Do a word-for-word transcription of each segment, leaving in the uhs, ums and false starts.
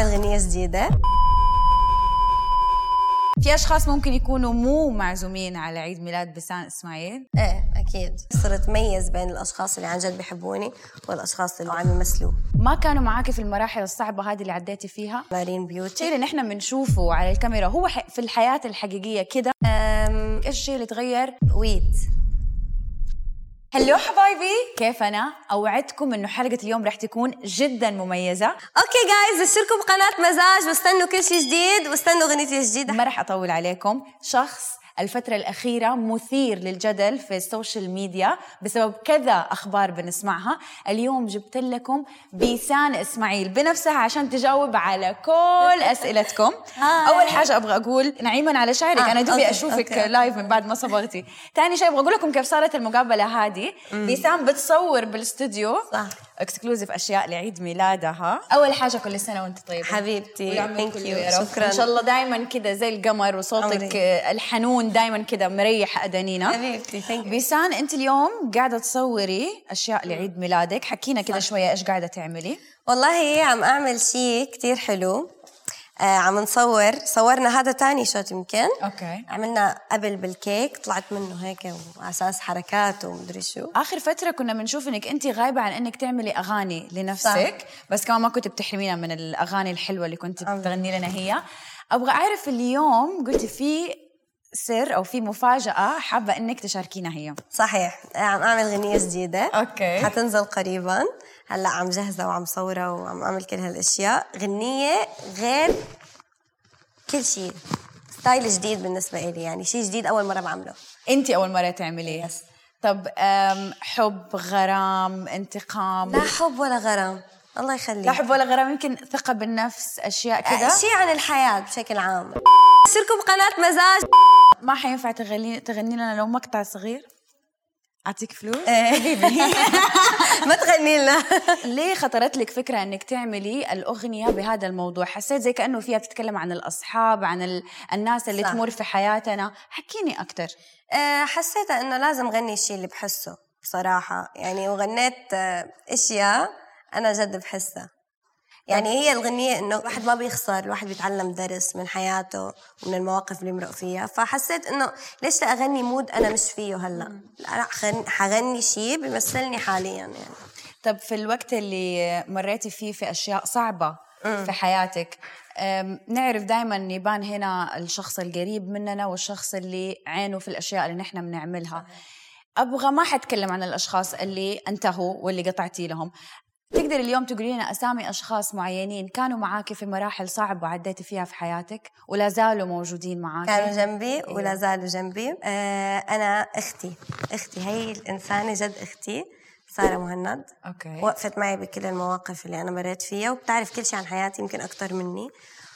أعمل غنية جديدة. في أشخاص ممكن يكونوا مو معزومين على عيد ميلاد بيسان إسماعيل. إيه أكيد، صرت ميز بين الأشخاص اللي عن جد بيحبوني والأشخاص اللي عم يمثلوا. ما كانوا معاكي في المراحل الصعبة هذه اللي عديتي فيها؟ نارين بيوتي. الشيء اللي نحن بنشوفه على الكاميرا هو في الحياة الحقيقية كده؟ إيش الشيء اللي تغير؟ ويت. هلو حبايبي، كيف أنا؟ أوعدكم إنه حلقة اليوم رح تكون جدا مميزة. أوكي جايز، اشتركوا بقناة مزاج واستنوا كل شيء جديد واستنوا غنيتي الجديدة. ما رح أطول عليكم. شخص الفترة الأخيرة مثير للجدل في السوشيال ميديا بسبب كذا أخبار بنسمعها. اليوم جبت لكم بيسان إسماعيل بنفسها عشان تجاوب على كل أسئلتكم. أول حاجة أبغى أقول نعيما على شعرك. آه. أنا دوبي أوكي. أشوفك أوكي. لايف من بعد ما صبغتي. تاني شيء أبغى أقول لكم كيف صارت المقابلة هذه. بيسان بتصور بالاستوديو اكسكلوزيف أشياء لعيد ميلادها. أول حاجة كل سنة وأنت طيبة حبيبتي. ثانك يو. شكرا. إن شاء الله دايما كذا زي القمر وصوتك عمري. الحنون دايما كده مريح أدانينا. حبيبتي ثانك يو. بيسان أنت اليوم قاعدة تصوري أشياء لعيد ميلادك، حكينا كده شوية إيش قاعدة تعملي؟ والله عم أعمل شيء كتير حلو. آه عم نصور، صورنا هذا تاني شوت يمكن. أوكي. عملنا قبل بالكيك، طلعت منه هيك وأساس حركات ومدري شو. آخر فترة كنا بنشوف إنك أنت غايبة عن إنك تعملي أغاني لنفسك. صح. بس كمان ما كنت بتحرمينا من الأغاني الحلوة اللي كنت بتغني لنا هي. أبغى أعرف اليوم قلتي في سر أو في مفاجأة حابة إنك تشاركينا هي. صحيح، عم أعمل غنية جديدة. أوكي. حتنزل قريباً. هلأ عم جهزها وعم صورها وعم أعمل كل هالأشياء. غنية غير كل شيء، ستايل جديد بالنسبة إلي، يعني شيء جديد أول مرة بعمله. أنتي أول مرة تعمليه؟ يس. طب حب، غرام، انتقام؟ لا حب ولا غرام، الله يخليك. لا حب ولا غرام، يمكن ثقة بالنفس، أشياء كده. شيء عن الحياة بشكل عام. اشتركوا بقناة مزاج. ما حينفع تغني تغني لنا لو مقطع صغير؟ أعطيك فلوس؟ حبيبي. ما تغني لنا. ليه خطرت لك فكرة إنك تعملي الأغنية بهذا الموضوع؟ حسيت زي كأنه فيها تتكلم عن الأصحاب، عن ال... الناس اللي صح. تمر في حياتنا. حكيني أكتر. أه حسيت إنه لازم غني الشيء اللي بحسه بصراحة، يعني وغنيت أشياء أنا جد بحسها. يعني هي الغنية إنه الواحد ما بيخسر، الواحد بيتعلم درس من حياته ومن المواقف اللي مرق فيها. فحسيت إنه ليش لا أغني مود أنا مش فيه هلأ، لا حغني شيء بيمثلني حاليا يعني. طب في الوقت اللي مريتي فيه في أشياء صعبة م. في حياتك، نعرف دايما يبان هنا الشخص القريب مننا والشخص اللي عينه في الأشياء اللي نحن بنعملها. أبغى ما حتكلم عن الأشخاص اللي انتهوا واللي قطعتي لهم. تقدر اليوم تقولي لنا أسامي أشخاص معينين كانوا معاكي في مراحل صعبة عديتي فيها في حياتك ولا زالوا موجودين معاكي؟ كانوا جنبي ولا زالوا جنبي. آه أنا أختي أختي هي الإنسانة جد أختي سارة مهند. أوكي. وقفت معي بكل المواقف اللي أنا مريت فيها وبتعرف كل شيء عن حياتي يمكن أكتر مني،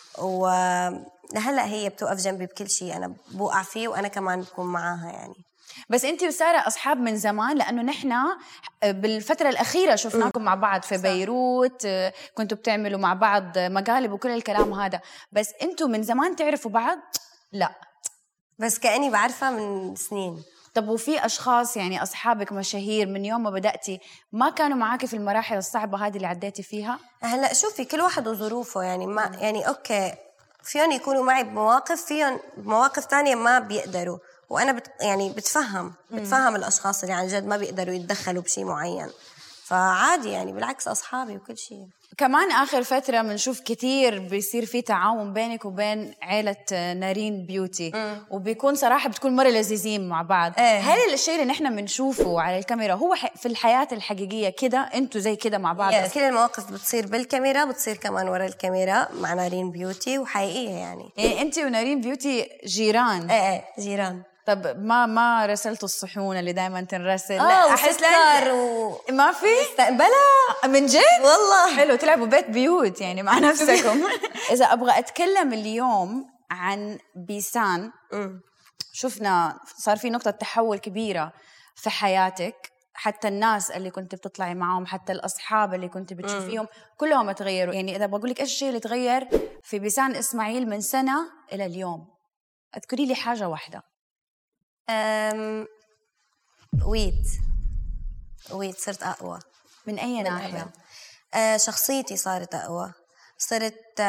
ولهلأ هي بتوقف جنبي بكل شيء أنا بوقع فيه وأنا كمان بكون معاها يعني. بس أنتي وسارة أصحاب من زمان، لأنه نحنا بالفترة الأخيرة شفناكم مع بعض في بيروت، كنتوا بتعملوا مع بعض مقالب وكل الكلام هذا، بس أنتوا من زمان تعرفوا بعض؟ لا، بس كأني بعرفها من سنين. طب وفي أشخاص يعني أصحابك مشاهير من يوم ما بدأتي ما كانوا معاكي في المراحل الصعبة هذه اللي عديتي فيها؟ هلأ شوفي كل واحد وظروفه يعني، ما يعني أوكي فيهم يكونوا معي بمواقف، فيهم بمواقف تانية ما بيقدروا، وأنا بت يعني بتفهم بتفهم الأشخاص اللي عن جد ما بيقدروا يتدخلوا بشيء معين، فعادي يعني بالعكس أصحابي وكل شيء. كمان آخر فترة بنشوف كتير بيصير في تعاون بينك وبين عائلة نارين بيوتي، م. وبيكون صراحة بتكون مرة لذيذين مع بعض. ايه. هل الشيء اللي نحن بنشوفه على الكاميرا هو في الحياة الحقيقية كده انتوا زي كده مع بعض؟ كل المواقف بتصير بالكاميرا بتصير كمان ورا الكاميرا مع نارين بيوتي وحقيقية يعني. يعني انت ونارين بيوتي جيران؟ ايه ايه جيران. طب ما ما رسلتوا الصحون اللي دائما تنرسل؟ اه احس لا و... ما في بلا من جد والله. حلو تلعبوا بيت بيوت يعني مع نفسكم. اذا ابغى اتكلم اليوم عن بيسان، شفنا صار في نقطة تحول كبيرة في حياتك، حتى الناس اللي كنت بتطلعي معهم، حتى الأصحاب اللي كنت بتشوفيهم كلهم تغيروا. يعني إذا بقول لك إيش الشيء اللي تغير في بيسان إسماعيل من سنة إلى اليوم، أذكري لي حاجة واحدة. أم... ويت ويت صرت أقوى. من أي ناحية؟ أه شخصيتي صارت أقوى، صرت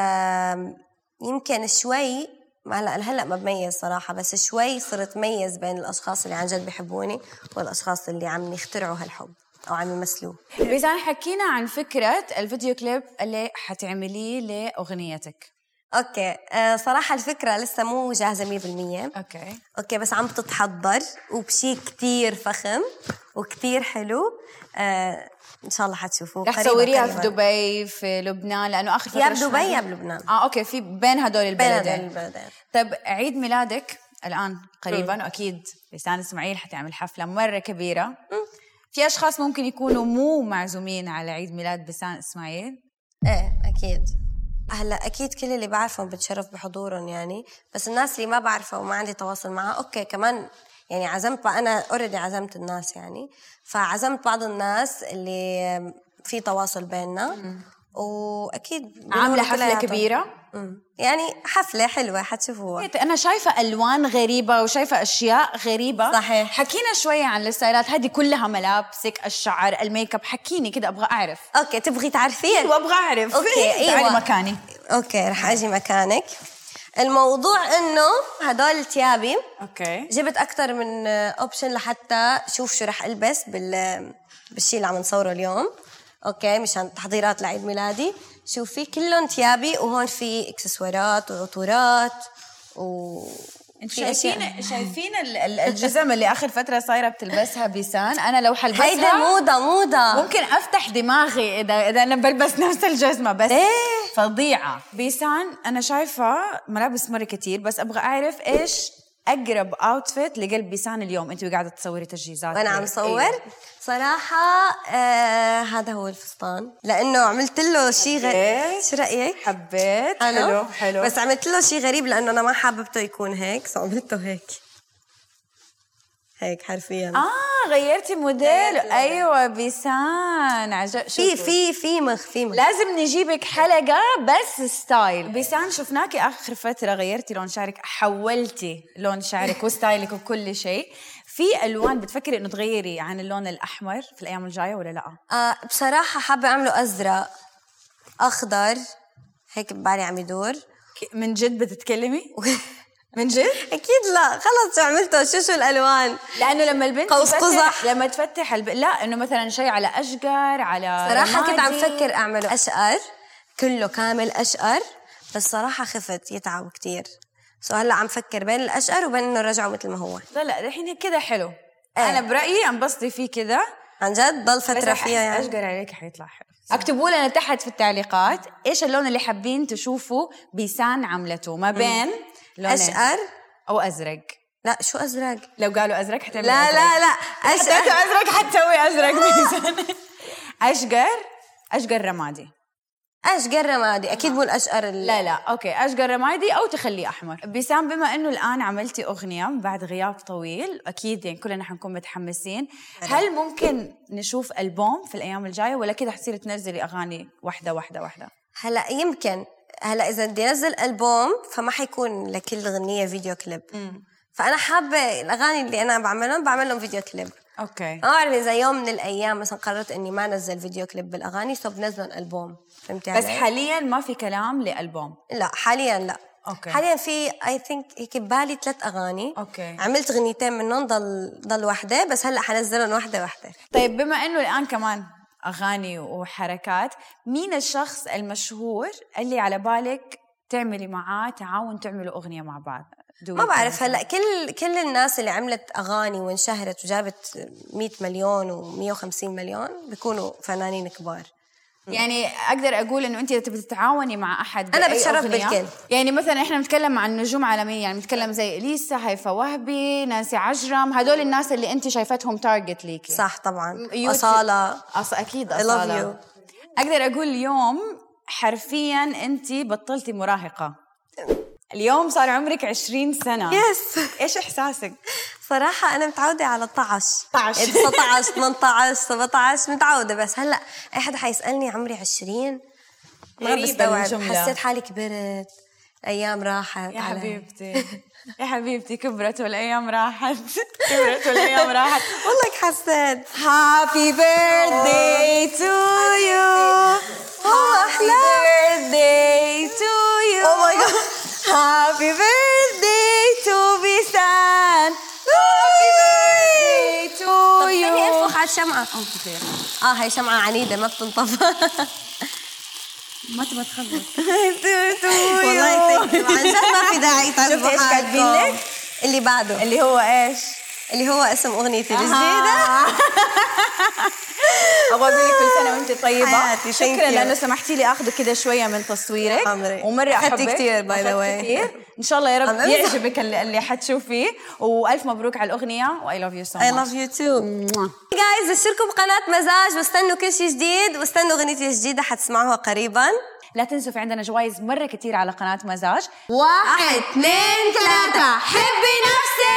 يمكن شوي هلا هلا ما بميز صراحة، بس شوي صرت ميز بين الأشخاص اللي عن جد بيحبوني والأشخاص اللي عم يخترعوا هالحب أو عم يمثلوه. بيسان حكينا عن فكرة الفيديو كليب اللي حتعمليه لأغنيتك. أوكي أه صراحة الفكرة لسه مو جاهزة مية بالمية. أوكي أوكي بس عم تتحضر وبشي كتير فخم وكتير حلو. أه إن شاء الله حتشوفوه. رح تصوريها في دبي في لبنان لأنه آخر فترة يا بدبي يا بلبنان. آه أوكي في بين هدول البلدين. بين هدول البلدين. طيب عيد ميلادك الآن قريبا م. وأكيد بيسان إسماعيل حتعمل حفلة مرة كبيرة. م. في أشخاص ممكن يكونوا مو معزومين على عيد ميلاد بيسان إسماعيل. إيه أكيد. هلا أكيد كل اللي بعرفهم بتشرف بحضورهم يعني، بس الناس اللي ما بعرفها وما عندي تواصل معها أوكي كمان يعني عزمت أنا أوريدي عزمت الناس يعني، فعزمت بعض الناس اللي في تواصل بيننا. م. وأكيد عاملة حفلة كبيرة. مم. يعني حفلة حلوة حتشوفوها. أنا شايفة ألوان غريبة وشايفة أشياء غريبة. صحيح. حكينا شوية عن الستايلات هذه كلها، ملابسك، الشعر، الميك اب، حكيني كده أبغى أعرف. أوكي تبغي تعرفين؟ وأبغى أعرف. أوكي أيوة. تعالي مكاني. أوكي رح أجي مكانك. الموضوع إنه هدول تيابي. أوكي. جبت أكتر من أوبشن لحتى شوف شو رح ألبس بال بالشي اللي عم نصوره اليوم. أوكي مشان تحضيرات لعيد ميلادي. شوفي كلهم تيابي وهون في إكسسوارات وعطورات و شايفين شايفين الجزم اللي آخر فترة صايرة بتلبسها بيسان. أنا لو حلبسها هيدا موضة موضة ممكن أفتح دماغي إذا إذا أنا بلبس نفس الجزمة بس. إيه؟ فظيعة بيسان. أنا شايفة ملابس مرة كتير بس أبغى أعرف إيش أقرب أوتفيت لقلب بيسان اليوم. أنت قاعدة تصوري تسجيزات وأنا عم صور. إيه؟ صراحة آه هذا هو الفستان لأنه عملت له شيء غريب. شو رأيك؟ حبيت. حلو حلو, حلو. بس عملت له شيء غريب لأنه أنا ما حاببته يكون هيك، سو عملته هيك هيك حرفيا. آه غيرتي موديل. أيوة بيسان عجب. في في في مخ في مخ. لازم نجيبك حلقة بس ستايل. بيسان شفناكي آخر فترة غيرتي لون شعرك، حولتي لون شعرك وستايلك وكل شيء. في ألوان بتفكري إنه تغيري عن اللون الأحمر في الأيام الجاية ولا لأ؟ آه بصراحة حابة أعمله أزرق أخضر هيك ببالي عم يدور. من جد بتتكلمي؟ من جد؟ أكيد لا خلص شو عملته. شو شو الألوان؟ لأنه لما البنت قوس قزح لما تفتح الب... لا إنه مثلا شيء على أشقر على صراحة كنت عم فكر أعمله أشقر كله كامل أشقر، بس صراحة خفت يتعب كتير، سو هلا عم فكر بين الأشقر وبين إنه رجعوا مثل ما هو. لا لا الحين كده حلو. ايه؟ أنا برأيي انبسطي فيه كده عن جد ضل فترة فيها يعني. أشقر عليك حيطلع حلو. اكتبوا لنا تحت في التعليقات إيش اللون اللي حابين تشوفوا بيسان عملته ما بين لون أشقر أو أزرق. لا شو أزرق؟ لو قالوا أزرق حتعمل لا أزرق. لا لا أشقر أزرق حتسوي أزرق بيسان. أشقر أشقر رمادي. أشقر رمادي أكيد مو الأشقر ال... لا لا أوكي أشقر رمادي أو تخليه أحمر. بيسان بما إنه الآن عملتي أغنية بعد غياب طويل أكيد يعني كلنا حنكون متحمسين، هل ممكن نشوف ألبوم في الأيام الجاية ولا كده حتصيري تنزلي أغاني واحدة واحدة واحدة؟ هلا يمكن هلا إذا بدي أنزل ألبوم فما حيكون لكل غنية فيديو كليب. م. فأنا حابة الأغاني اللي أنا بعملهم بعملهم فيديو كليب. أوكي. ما أعرف إذا يوم من الأيام مثلا قررت إني ما نزل فيديو كليب بالأغاني سو بنزلهم ألبوم. فهمتي علي؟ بس حاليا ما في كلام لألبوم. لا حاليا لا. أوكي. حاليا في اي ثينك هيك ببالي ثلاث اغاني. اوكي. عملت غنيتين منهم ضل ضل وحده بس هلا حنزلهم وحده وحده. طيب بما انه الان كمان اغاني وحركات، مين الشخص المشهور اللي على بالك تعملي معاه تعاون تعملوا اغنيه مع بعض؟ ما بعرف هلا كل كل الناس اللي عملت اغاني وانشهرت وجابت مية مليون ومية وخمسين مليون بيكونوا فنانين كبار. يعني اقدر اقول انه انت تبي تتعاوني مع احد انا بتشرف بالكل. يعني مثلا احنا بنتكلم عن نجوم عالميه، يعني بنتكلم زي اليسا، هيفا وهبي، نانسي عجرم، هدول الناس اللي انت شايفتهم تارجت ليكي. صح طبعا. اصاله أص... اكيد اصاله. اقدر اقول اليوم حرفيا انت بطلتي مراهقه، اليوم صار عمرك عشرين سنة. يس. إيش إحساسك؟ صراحة أنا متعودة على طعش طعش تسعة عشر ثمانية عشر سبعة عشر متعودة، بس هلأ أي حد حيسألني عمري عشرين ما بستوعب، حسيت حالي كبرت أيام راحت يا علي. حبيبتي يا حبيبتي كبرت والأيام راحت كبرت والأيام راحت. والله حسيت. Happy birthday to you. Happy birthday to you. Oh my God. Happy birthday to Bisan. Happy birthday to طب you. فيني أنفخ على الشمعة؟ آه هاي شمعة عنيدة ما بتنطفى. ما تبغى تخبط. والله عن جد ما في داعي تعذبوا شفتي إيش كاتبين لك؟ اللي بعده اللي هو إيش؟ اللي هو اسم أغنيتي الجديدة. أبغى أقول لك كل سنة وأنت طيبة. حياتي. شكرا لأنه سمحتي لي أخذ كده شوية من تصويرك عمري. ومرة أحبك. أخذتي كتير باي ذا واي. كتير إن شاء الله يا رب أمزح. يعجبك اللي, اللي حتشوفيه. وألف مبروك على الأغنية و I love you so much. I love you too. Guys اشتركوا بقناة مزاج واستنوا كل شيء جديد واستنوا أغنيتي الجديدة حتسمعوها قريبا. لا تنسوا في عندنا جوائز مرة كتير على قناة مزاج. واحد اثنين ثلاثة حبي نفسك.